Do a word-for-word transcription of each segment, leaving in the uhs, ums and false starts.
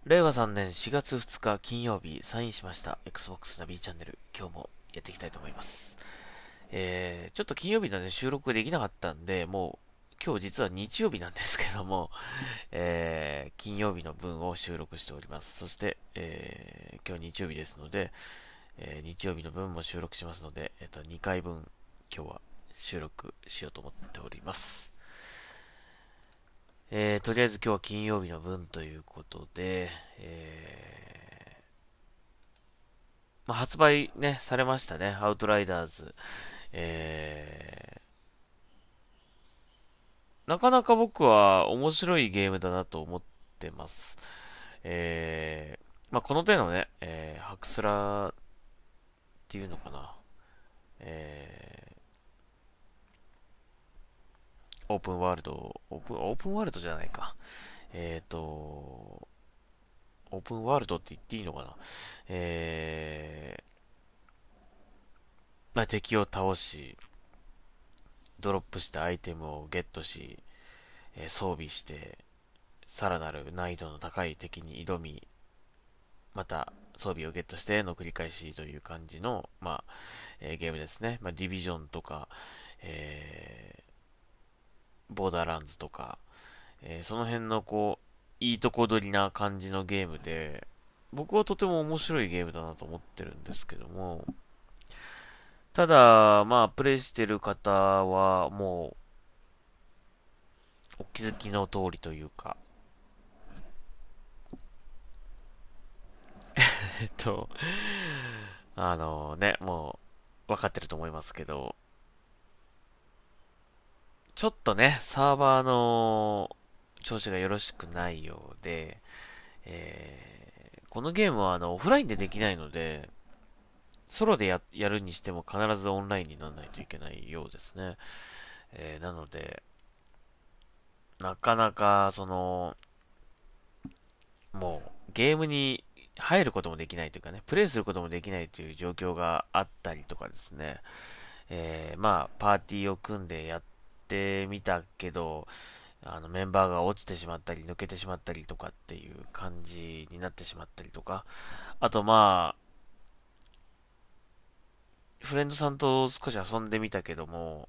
れいわさんねんしがつふつか金曜日、サインしました Xbox ナビチャンネル。今日もやっていきたいと思います。えー、ちょっと金曜日なんで収録できなかったんで、もう今日実は日曜日なんですけども、えー、金曜日の分を収録しております。そして、えー、今日日曜日ですので、えー日曜日の分も収録しますので、えっと、にかいぶん今日は収録しようと思っております。えー、とりあえず今日は金曜日の分ということで、えーまあ、発売ね、されましたね。アウトライダーズ。えー、なかなか僕は面白いゲームだなと思ってます。えー、まあ、この手のね、えー、ハクスラっていうのかな。えー、オープンワールド、オープン、オープンワールドじゃないか。えーと、オープンワールドって言っていいのかな。えー、まあ、敵を倒し、ドロップしたアイテムをゲットし、えー装備して、さらなる難易度の高い敵に挑み、また装備をゲットしての繰り返しという感じの、まあ、えーゲームですね。まあ、ディビジョンとか、えー、ボーダーランズとか、えーその辺のこう、いいとこ取りな感じのゲームで、僕はとても面白いゲームだなと思ってるんですけども、ただ、まあ、プレイしてる方は、もう、お気づきの通りというか、えっと、あのね、もう、分かってると思いますけど、ちょっとね、サーバーの調子がよろしくないようで、えー、このゲームはあの、オフラインでできないので、ソロでや、やるにしても必ずオンラインにならないといけないようですね。えー、なので、なかなか、その、もう、ゲームに入ることもできないというかね、プレイすることもできないという状況があったりとかですね、えー、まあ、パーティーを組んでやってみたけど、あの、メンバーが落ちてしまったり、抜けてしまったりとかっていう感じになってしまったりとか、あとまあ、フレンドさんと少し遊んでみたけども、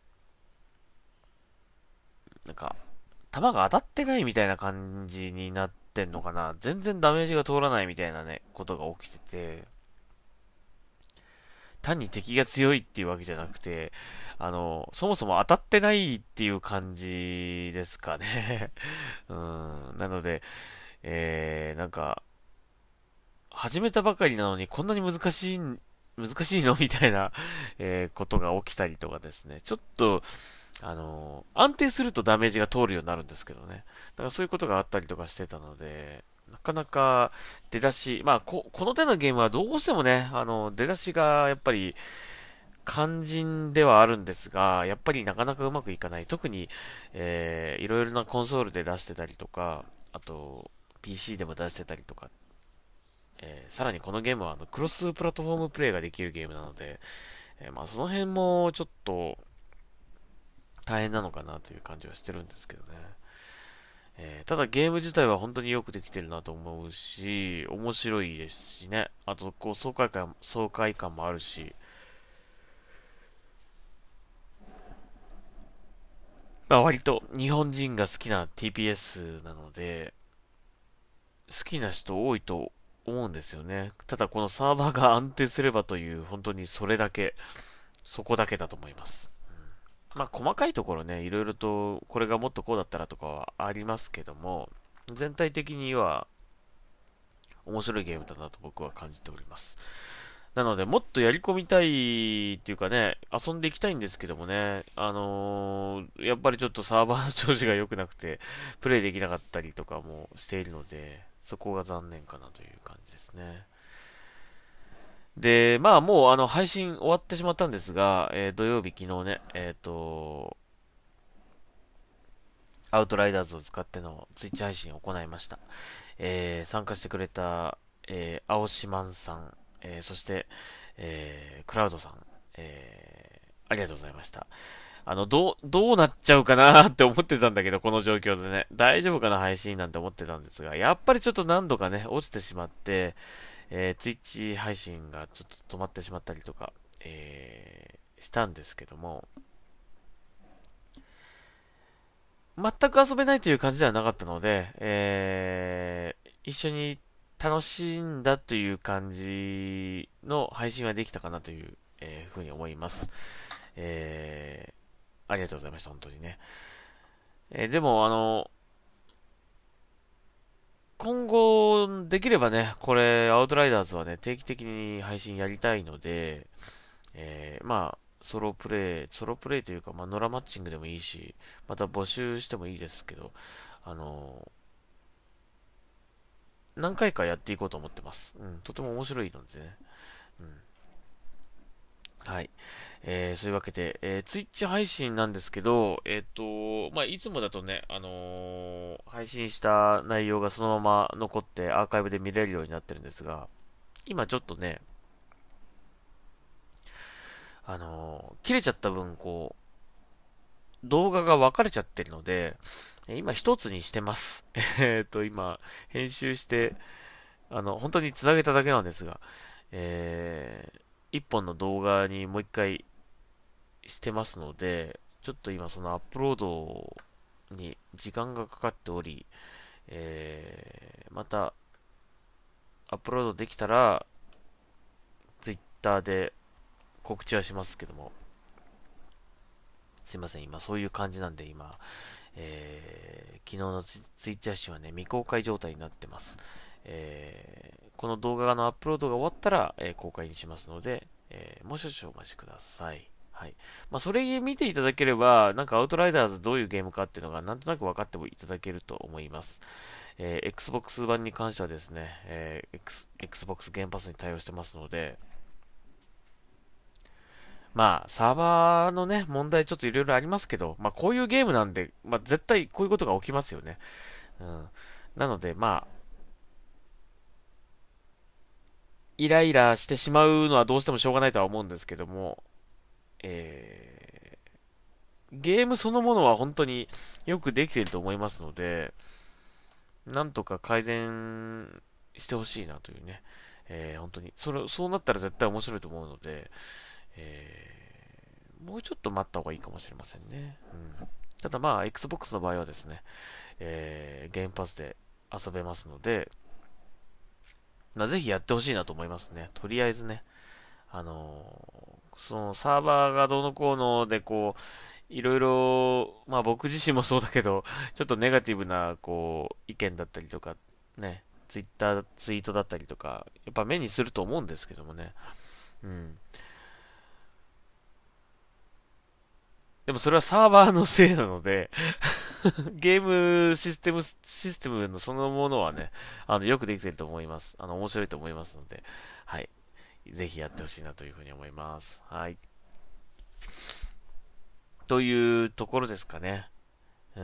なんか、弾が当たってないみたいな感じになってんのかな。全然ダメージが通らないみたいなね、ことが起きてて、単に敵が強いっていうわけじゃなくて、あの、そもそも当たってないっていう感じですかね。うん。なので、えー、なんか、始めたばかりなのにこんなに難しい、難しいのみたいな、えーことが起きたりとかですね。ちょっと、あのー安定するとダメージが通るようになるんですけどね。だからそういうことがあったりとかしてたので、なかなか出だし、まあこ、この手のゲームはどうしてもね、あの、出だしがやっぱり肝心ではあるんですが、やっぱりなかなかうまくいかない。特に、えー、いろいろなコンソールで出してたりとか、あと、ピーシー でも出してたりとか、えーさらにこのゲームはあのクロスプラットフォームプレイができるゲームなので、えーまあその辺もちょっと大変なのかなという感じはしてるんですけどね。えーただゲーム自体は本当によくできてるなと思うし、面白いですしね。あと、こう、爽快感、爽快感もあるし、まあ割と日本人が好きな ティーピーエス なので、好きな人多いと思うんですよね。ただこのサーバーが安定すればという、本当にそれだけ、そこだけだと思います。まあ、細かいところね、いろいろと、これがもっとこうだったらとかはありますけども、全体的には面白いゲームだなと僕は感じております。なので、もっとやり込みたいっていうかね、遊んでいきたいんですけどもね、あのーやっぱりちょっとサーバーの調子が良くなくて、プレイできなかったりとかもしているので、そこが残念かなという感じですね。で、まあもうあの配信終わってしまったんですが、えー土曜日昨日ね、えっ、と、アウトライダーズを使ってのツイッチ配信を行いました。えー参加してくれた、えー、青しまんさん、えーそして、えークラウドさん、えーありがとうございました。 あの、どう、どうなっちゃうかなって思ってたんだけど、この状況でね。大丈夫かな配信なんて思ってたんですが、やっぱりちょっと何度かね、落ちてしまって、えー、ツイッチ配信がちょっと止まってしまったりとか、えー、したんですけども、全く遊べないという感じではなかったので、えー、一緒に楽しんだという感じの配信はできたかなという、えー、ふうに思います。えー、ありがとうございました、本当にね。えー、でも、あの、今後、できればね、これ、アウトライダーズはね、定期的に配信やりたいので、えー、まあ、ソロプレイ、ソロプレイというか、まあ、ノラマッチングでもいいし、また募集してもいいですけど、あのー何回かやっていこうと思ってます。うん、とても面白いのでね。うん、はい。えー、そういうわけで、えー、ツイッチ配信なんですけど、えっ、と、まあ、いつもだとね、あのー配信した内容がそのまま残ってアーカイブで見れるようになってるんですが、今ちょっとね、あのー切れちゃった分、こう、動画が分かれちゃってるので、えー今一つにしてます。えっと、今、編集して、あの、本当に繋げただけなんですが、えー、一本の動画にもう一回してますので、ちょっと今そのアップロードに時間がかかっており、えー、またアップロードできたら、ツイッターで告知はしますけども、すいません、今そういう感じなんで今、えー、昨日のツツイッチ配信はね、未公開状態になってます。えー、この動画のアップロードが終わったら、えー公開にしますので、えーもう少々お待ちください。はい。まあ、それ見ていただければ、なんかアウトライダーズどういうゲームかっていうのがなんとなく分かってもいただけると思います。えー Xbox 版に関してはですね、えー X Xbox ゲームパスに対応してますので、まあ、サーバーのね、問題ちょっといろいろありますけど、まあ、こういうゲームなんで、まあ、絶対こういうことが起きますよね。うん。なので、まあ、イライラしてしまうのはどうしてもしょうがないとは思うんですけども、えー、ゲームそのものは本当によくできていると思いますので、なんとか改善してほしいなというね、えー、本当に、それ、そうなったら絶対面白いと思うので、えー、もうちょっと待った方がいいかもしれませんね。うん、ただまあ、Xbox の場合はですね、えー、ゲームパスで遊べますので、まあ、ぜひやってほしいなと思いますね。とりあえずね。あのーそのサーバーがどうのこうので、こう、いろいろ、まあ僕自身もそうだけど、ちょっとネガティブな、こう、意見だったりとか、ね、ツイッター、ツイートだったりとか、やっぱ目にすると思うんですけどもね。うん。でもそれはサーバーのせいなのでゲームシステム、システムのそのものはね、あの、よくできてると思います。あの、面白いと思いますので、はい。ぜひやってほしいなというふうに思います。はい。というところですかね。うん。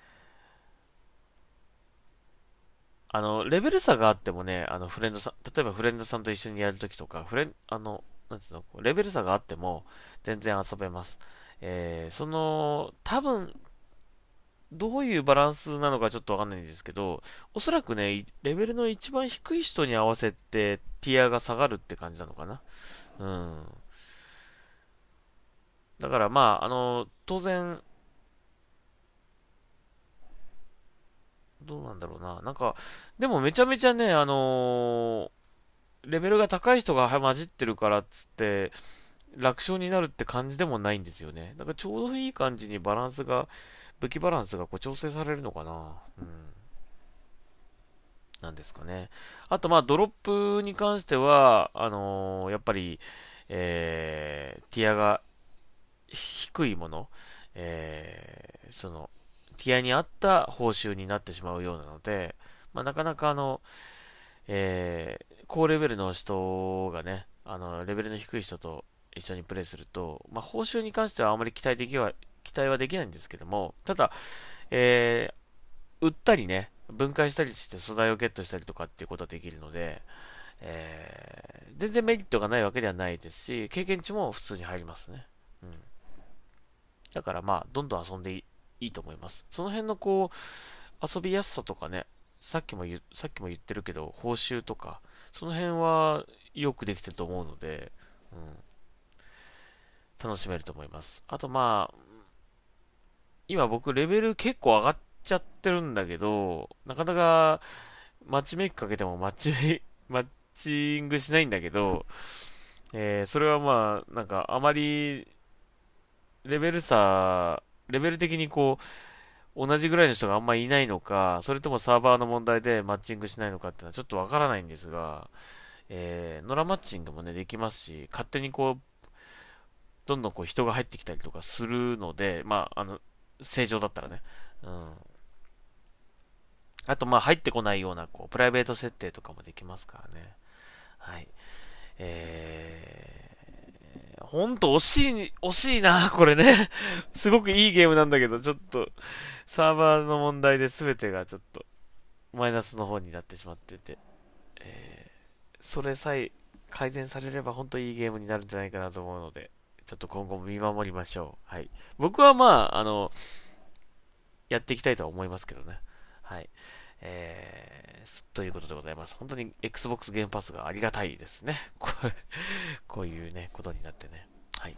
あの、レベル差があってもね、あの、フレンドさん、例えばフレンドさんと一緒にやるときとか、フレン、あの、なんていうの、こうレベル差があっても、全然遊べます。えー、その、多分、どういうバランスなのかちょっとわかんないんですけど、おそらくね、レベルの一番低い人に合わせて、ティアが下がるって感じなのかな。うん。だからまあ、あの、当然、どうなんだろうな。なんか、でもめちゃめちゃね、あのーレベルが高い人が混じってるからっつって、楽勝になるって感じでもないんですよね。だからちょうどいい感じにバランスが、武器バランスがこう調整されるのかな。うん。なんですかね。あと、まあ、ドロップに関しては、あのーやっぱり、えー、ティアが低いもの、えー、その、ティアに合った報酬になってしまうようなので、まあ、なかなかあの、えー、高レベルの人がね、あの、レベルの低い人と一緒にプレイすると、まあ、報酬に関してはあまり期待できは、期待はできないんですけども、ただ、えー、売ったりね、分解したりして素材をゲットしたりとかっていうことはできるので、えー、全然メリットがないわけではないですし、経験値も普通に入りますね。うん。 だからまあ、どんどん遊んでいい、いいと思います。その辺のこう、遊びやすさとかね、さっきも言う、さっきも言ってるけど、報酬とか、その辺はよくできてると思うので、うん、楽しめると思います。あとまあ、今僕レベル結構上がっちゃってるんだけど、なかなかマッチメイクかけてもマッチメイ、マッチングしないんだけど、えー、それはまあ、なんかあまりレベル差、レベル的にこう、同じぐらいの人があんまりいないのか、それともサーバーの問題でマッチングしないのかっていうのはちょっとわからないんですが、えー、ノラマッチングもね、できますし、勝手にこう、どんどんこう人が入ってきたりとかするので、まあ、あの、正常だったらね。うん。あと、まあ、入ってこないような、こう、プライベート設定とかもできますからね。はい。えー、ほんと惜しい、惜しいな、これね。すごくいいゲームなんだけど、ちょっと、サーバーの問題で全てがちょっと、マイナスの方になってしまってて、えー、それさえ改善されれば本当いいゲームになるんじゃないかなと思うので、ちょっと今後も見守りましょう。はい。僕はまあ、あの、やっていきたいとは思いますけどね。はい。えー、ということでございます。本当に Xbox ゲームパスがありがたいですね。こうこういうね、ことになってね。はい。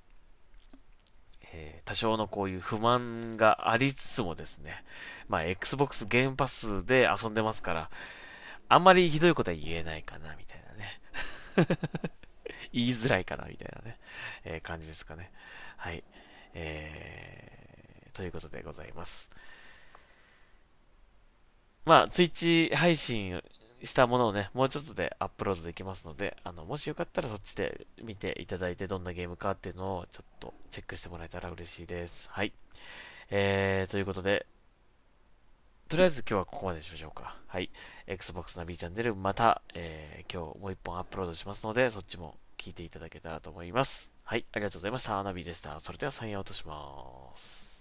えー多少のこういう不満がありつつもですね、まあ Xbox ゲームパスで遊んでますから、あんまりひどいことは言えないかな、みたいなね。言いづらいかな、みたいなね、えー感じですかね。はい。えー、ということでございます。まあ、ツイッチ配信したものをね、もうちょっとでアップロードできますので、あの、もしよかったらそっちで見ていただいて、どんなゲームかっていうのをちょっとチェックしてもらえたら嬉しいです。はい。えー、ということで、とりあえず今日はここまでにしましょうか。はい。Xbox ナビチャンネル、また、えー、今日もう一本アップロードしますので、そっちも聞いていただけたらと思います。はい。ありがとうございました。ナビでした。それではサインアウトします。